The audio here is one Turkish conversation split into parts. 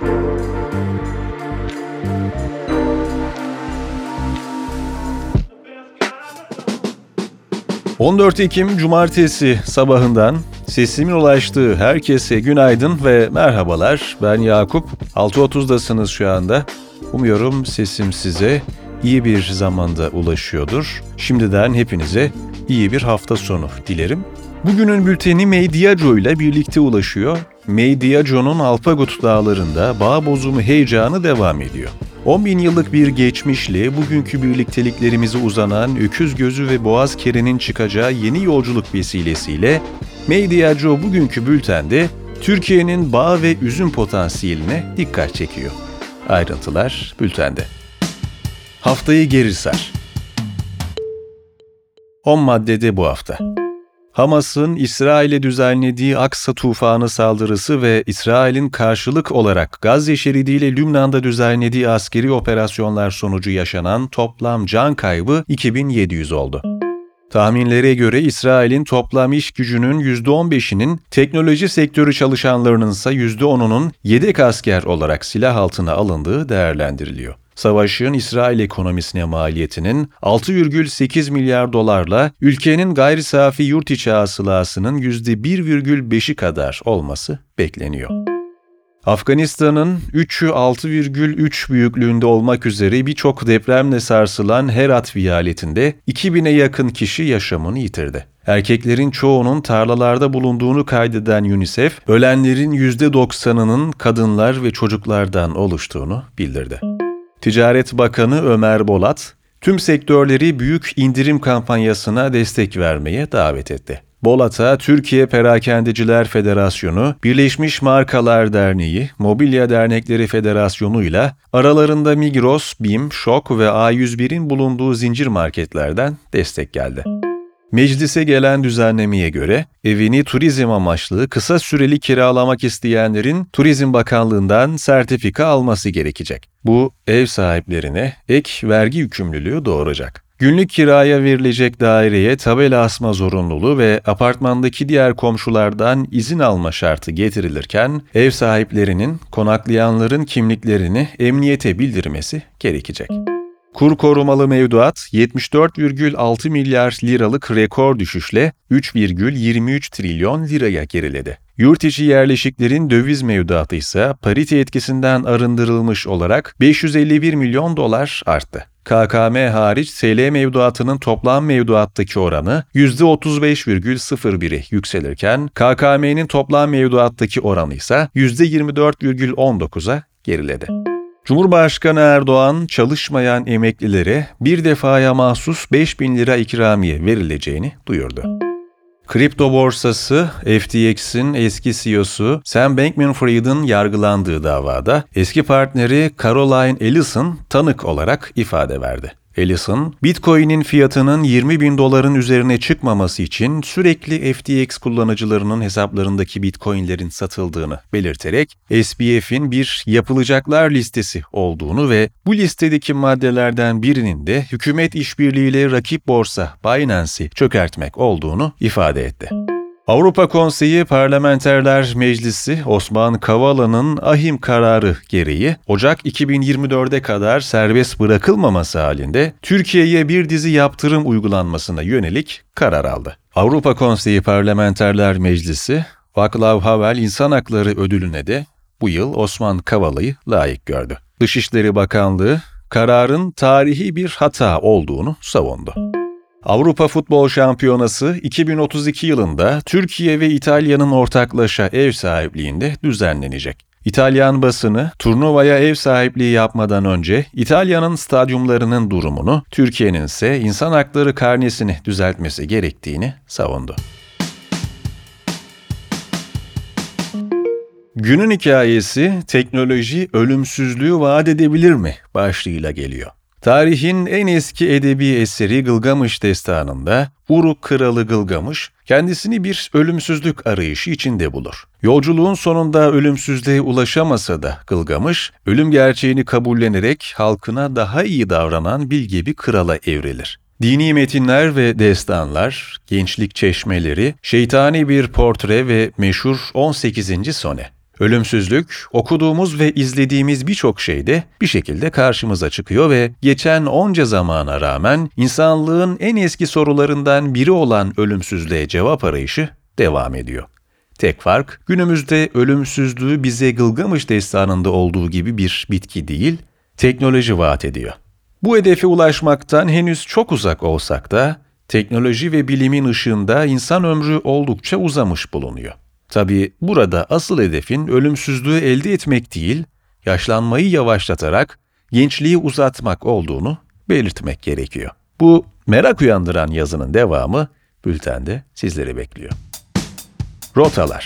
...14 Ekim Cumartesi sabahından sesimin ulaştığı herkese günaydın ve merhabalar. Ben Yakup, 6.30'dasınız şu anda. Umuyorum sesim size iyi bir zamanda ulaşıyordur. Şimdiden hepinize iyi bir hafta sonu dilerim. Bugünün bülteni May Diageo ile birlikte ulaşıyor. May Diageo'nun Alpagut dağlarında bağ bozumu heyecanı devam ediyor. 10.000 yıllık bir geçmişle bugünkü birlikteliklerimize uzanan öküz gözü ve boğaz kerenin çıkacağı yeni yolculuk vesilesiyle May Diageo bugünkü bültende Türkiye'nin bağ ve üzüm potansiyeline dikkat çekiyor. Ayrıntılar bültende. Haftayı geri sar. 10 maddede bu hafta. Hamas'ın İsrail'e düzenlediği Aksa tufanı saldırısı ve İsrail'in karşılık olarak Gazze şeridiyle Lübnan'da düzenlediği askeri operasyonlar sonucu yaşanan toplam can kaybı 2700 oldu. Tahminlere göre İsrail'in toplam iş gücünün %15'inin, teknoloji sektörü çalışanlarının ise %10'unun yedek asker olarak silah altına alındığı değerlendiriliyor. Savaşın İsrail ekonomisine maliyetinin 6,8 milyar dolarla ülkenin gayri safi yurt içi hasılasının %1,5'i kadar olması bekleniyor. Afganistan'ın 3'ü 6,3 büyüklüğünde olmak üzere birçok depremle sarsılan Herat vilayetinde 2000'e yakın kişi yaşamını yitirdi. Erkeklerin çoğunun tarlalarda bulunduğunu kaydeden UNICEF, ölenlerin %90'ının kadınlar ve çocuklardan oluştuğunu bildirdi. Ticaret Bakanı Ömer Bolat, tüm sektörleri büyük indirim kampanyasına destek vermeye davet etti. Bolat'a Türkiye Perakendeciler Federasyonu, Birleşmiş Markalar Derneği, Mobilya Dernekleri Federasyonu ile aralarında Migros, BİM, Şok ve A101'in bulunduğu zincir marketlerden destek geldi. Meclise gelen düzenlemeye göre evini turizm amaçlı kısa süreli kiralamak isteyenlerin Turizm Bakanlığı'ndan sertifika alması gerekecek. Bu ev sahiplerine ek vergi yükümlülüğü doğuracak. Günlük kiraya verilecek daireye tabela asma zorunluluğu ve apartmandaki diğer komşulardan izin alma şartı getirilirken ev sahiplerinin konaklayanların kimliklerini emniyete bildirmesi gerekecek. Kur korumalı mevduat 74,6 milyar liralık rekor düşüşle 3,23 trilyon liraya geriledi. Yurt içi yerleşiklerin döviz mevduatı ise parite etkisinden arındırılmış olarak 551 milyon dolar arttı. KKM hariç TL mevduatının toplam mevduattaki oranı %35,01'e yükselirken KKM'nin toplam mevduattaki oranı ise %24,19'a geriledi. Cumhurbaşkanı Erdoğan, çalışmayan emeklilere bir defaya mahsus 5.000 lira ikramiye verileceğini duyurdu. Kripto borsası FTX'in eski CEO'su Sam Bankman-Fried'in yargılandığı davada eski partneri Caroline Ellison tanık olarak ifade verdi. Ellison, Bitcoin'in fiyatının 20.000 doların üzerine çıkmaması için sürekli FTX kullanıcılarının hesaplarındaki Bitcoin'lerin satıldığını belirterek SBF'in bir yapılacaklar listesi olduğunu ve bu listedeki maddelerden birinin de hükümet işbirliğiyle rakip borsa Binance'i çökertmek olduğunu ifade etti. Avrupa Konseyi Parlamenterler Meclisi Osman Kavala'nın ahim kararı gereği Ocak 2024'e kadar serbest bırakılmaması halinde Türkiye'ye bir dizi yaptırım uygulanmasına yönelik karar aldı. Avrupa Konseyi Parlamenterler Meclisi Václav Havel İnsan Hakları Ödülü'ne de bu yıl Osman Kavala'yı layık gördü. Dışişleri Bakanlığı kararın tarihi bir hata olduğunu savundu. Avrupa Futbol Şampiyonası 2032 yılında Türkiye ve İtalya'nın ortaklaşa ev sahipliğinde düzenlenecek. İtalyan basını turnuvaya ev sahipliği yapmadan önce İtalya'nın stadyumlarının durumunu, Türkiye'nin ise insan hakları karnesini düzeltmesi gerektiğini savundu. Günün hikayesi teknoloji ölümsüzlüğü vaat edebilir mi başlığıyla geliyor. Tarihin en eski edebi eseri Gılgamış Destanı'nda Uruk kralı Gılgamış kendisini bir ölümsüzlük arayışı içinde bulur. Yolculuğun sonunda ölümsüzlüğe ulaşamasa da Gılgamış, ölüm gerçeğini kabullenerek halkına daha iyi davranan bilge bir krala evrilir. Dini metinler ve destanlar, gençlik çeşmeleri, şeytani bir portre ve meşhur 18. sone. Ölümsüzlük, okuduğumuz ve izlediğimiz birçok şeyde bir şekilde karşımıza çıkıyor ve geçen onca zamana rağmen insanlığın en eski sorularından biri olan ölümsüzlüğe cevap arayışı devam ediyor. Tek fark, günümüzde ölümsüzlüğü bize Gılgamış destanında olduğu gibi bir bitki değil, teknoloji vaat ediyor. Bu hedefe ulaşmaktan henüz çok uzak olsak da, teknoloji ve bilimin ışığında insan ömrü oldukça uzamış bulunuyor. Tabii burada asıl hedefin ölümsüzlüğü elde etmek değil, yaşlanmayı yavaşlatarak gençliği uzatmak olduğunu belirtmek gerekiyor. Bu merak uyandıran yazının devamı bültende sizleri bekliyor. Rotalar.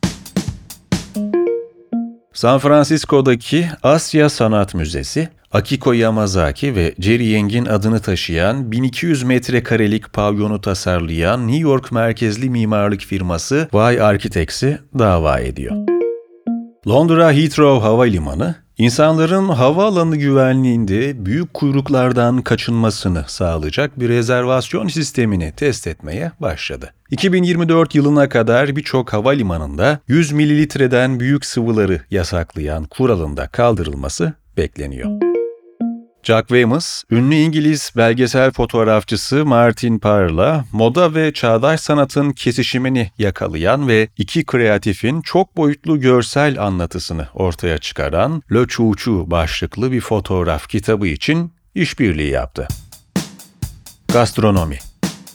San Francisco'daki Asya Sanat Müzesi, Akiko Yamazaki ve Jerry Yang'in adını taşıyan 1200 metrekarelik pavyonu tasarlayan New York merkezli mimarlık firması Y Architects'i dava ediyor. Londra Heathrow Havalimanı, insanların havaalanı güvenliğinde büyük kuyruklardan kaçınmasını sağlayacak bir rezervasyon sistemini test etmeye başladı. 2024 yılına kadar birçok havalimanında 100 mililitreden büyük sıvıları yasaklayan kuralın da kaldırılması bekleniyor. Jack Weymouth, ünlü İngiliz belgesel fotoğrafçısı Martin Parr'la moda ve çağdaş sanatın kesişimini yakalayan ve iki kreatifin çok boyutlu görsel anlatısını ortaya çıkaran Le Chou Chou başlıklı bir fotoğraf kitabı için işbirliği yaptı. Gastronomi.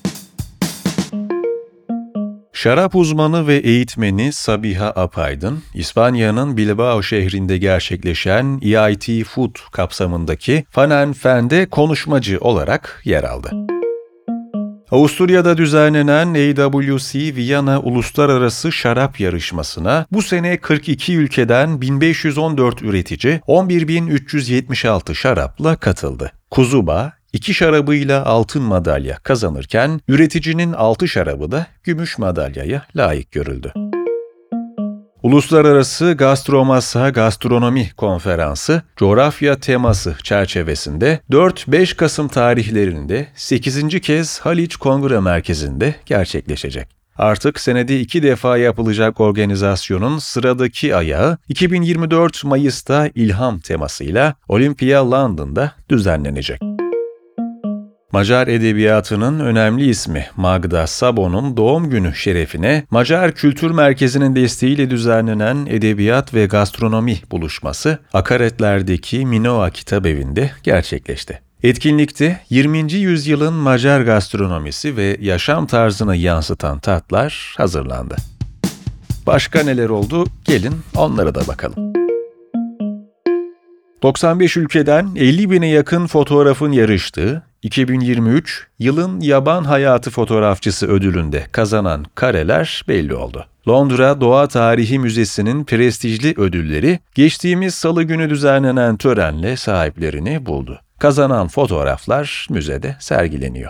Şarap uzmanı ve eğitmeni Sabiha Apaydın, İspanya'nın Bilbao şehrinde gerçekleşen EIT Food kapsamındaki Fun and Fan'de konuşmacı olarak yer aldı. Avusturya'da düzenlenen AWC Viyana Uluslararası Şarap Yarışması'na bu sene 42 ülkeden 1514 üretici 11.376 şarapla katıldı. Kuzuba, 2 şarabıyla altın madalya kazanırken üreticinin 6 şarabı da gümüş madalyaya layık görüldü. Uluslararası Gastromasa Gastronomi Konferansı, coğrafya teması çerçevesinde 4-5 Kasım tarihlerinde 8. kez Haliç Kongre Merkezi'nde gerçekleşecek. Artık senede 2 defa yapılacak organizasyonun sıradaki ayağı 2024 Mayıs'ta ilham temasıyla Olympia London'da düzenlenecek. Macar edebiyatının önemli ismi Magda Szabó'nun doğum günü şerefine Macar Kültür Merkezi'nin desteğiyle düzenlenen edebiyat ve gastronomi buluşması Akaretler'deki Minoa Kitabevi'nde gerçekleşti. Etkinlikte 20. yüzyılın Macar gastronomisi ve yaşam tarzını yansıtan tatlar hazırlandı. Başka neler oldu? Gelin onlara da bakalım. 95 ülkeden 50 bine yakın fotoğrafın yarıştığı 2023 Yılın Yaban Hayatı Fotoğrafçısı ödülünde kazanan kareler belli oldu. Londra Doğa Tarihi Müzesi'nin prestijli ödülleri geçtiğimiz salı günü düzenlenen törenle sahiplerini buldu. Kazanan fotoğraflar müzede sergileniyor.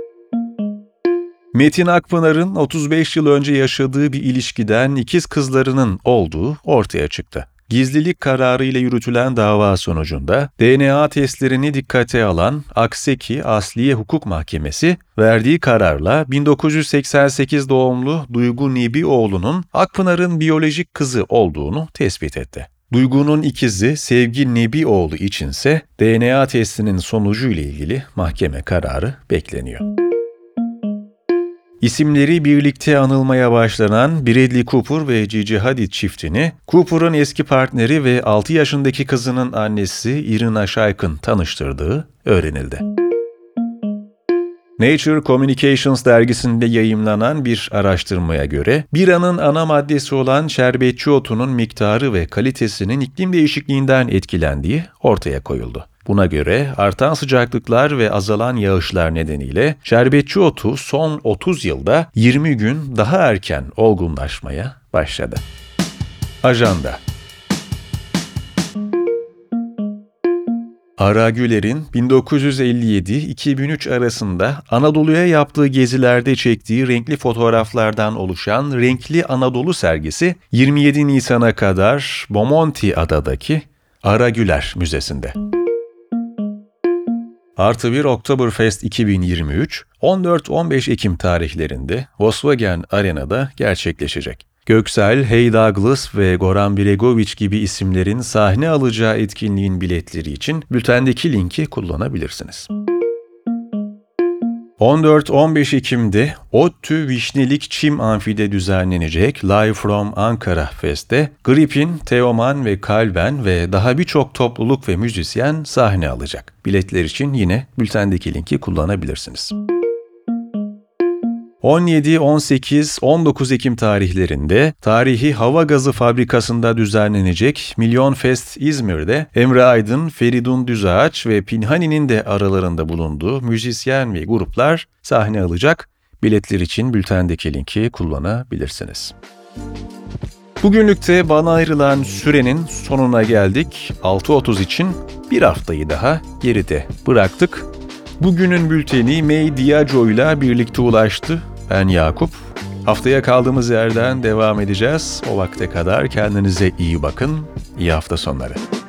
Metin Akpınar'ın 35 yıl önce yaşadığı bir ilişkiden ikiz kızlarının olduğu ortaya çıktı. Gizlilik kararıyla yürütülen dava sonucunda DNA testlerini dikkate alan Akseki Asliye Hukuk Mahkemesi verdiği kararla 1988 doğumlu Duygu Nebioğlu'nun Akpınar'ın biyolojik kızı olduğunu tespit etti. Duygu'nun ikizi Sevgi Nebioğlu içinse DNA testinin sonucu ile ilgili mahkeme kararı bekleniyor. İsimleri birlikte anılmaya başlanan Bradley Cooper ve Gigi Hadid çiftini, Cooper'ın eski partneri ve 6 yaşındaki kızının annesi Irina Shayk'ın tanıştırdığı öğrenildi. Nature Communications dergisinde yayımlanan bir araştırmaya göre, biranın ana maddesi olan şerbetçi otunun miktarı ve kalitesinin iklim değişikliğinden etkilendiği ortaya koyuldu. Buna göre artan sıcaklıklar ve azalan yağışlar nedeniyle şerbetçi otu son 30 yılda 20 gün daha erken olgunlaşmaya başladı. Ajanda. Ara Güler'in 1957-2003 arasında Anadolu'ya yaptığı gezilerde çektiği renkli fotoğraflardan oluşan Renkli Anadolu sergisi 27 Nisan'a kadar Bomonti Adadaki Ara Güler Müzesi'nde. +1 Oktoberfest 2023, 14-15 Ekim tarihlerinde Volkswagen Arena'da gerçekleşecek. Göksel, Hey Douglas ve Goran Bregović gibi isimlerin sahne alacağı etkinliğin biletleri için bültendeki linki kullanabilirsiniz. 14-15 Ekim'de ODTÜ Vişnelik Çim Amfi'de düzenlenecek Live from Ankara Fest'te Gripin, Teoman ve Kalben ve daha birçok topluluk ve müzisyen sahne alacak. Biletler için yine bültendeki linki kullanabilirsiniz. 17, 18, 19 Ekim tarihlerinde tarihi hava gazı fabrikasında düzenlenecek Milyon Fest İzmir'de Emre Aydın, Feridun Düzağaç ve Pinhani'nin de aralarında bulunduğu müzisyen ve gruplar sahne alacak. Biletler için bültendeki linki kullanabilirsiniz. Bugünlük de bana ayrılan sürenin sonuna geldik. 6.30 için bir haftayı daha geride bıraktık. Bugünün bülteni May Diageo ile birlikte ulaştı. Ben Yakup. Haftaya kaldığımız yerden devam edeceğiz. O vakte kadar kendinize iyi bakın. İyi hafta sonları.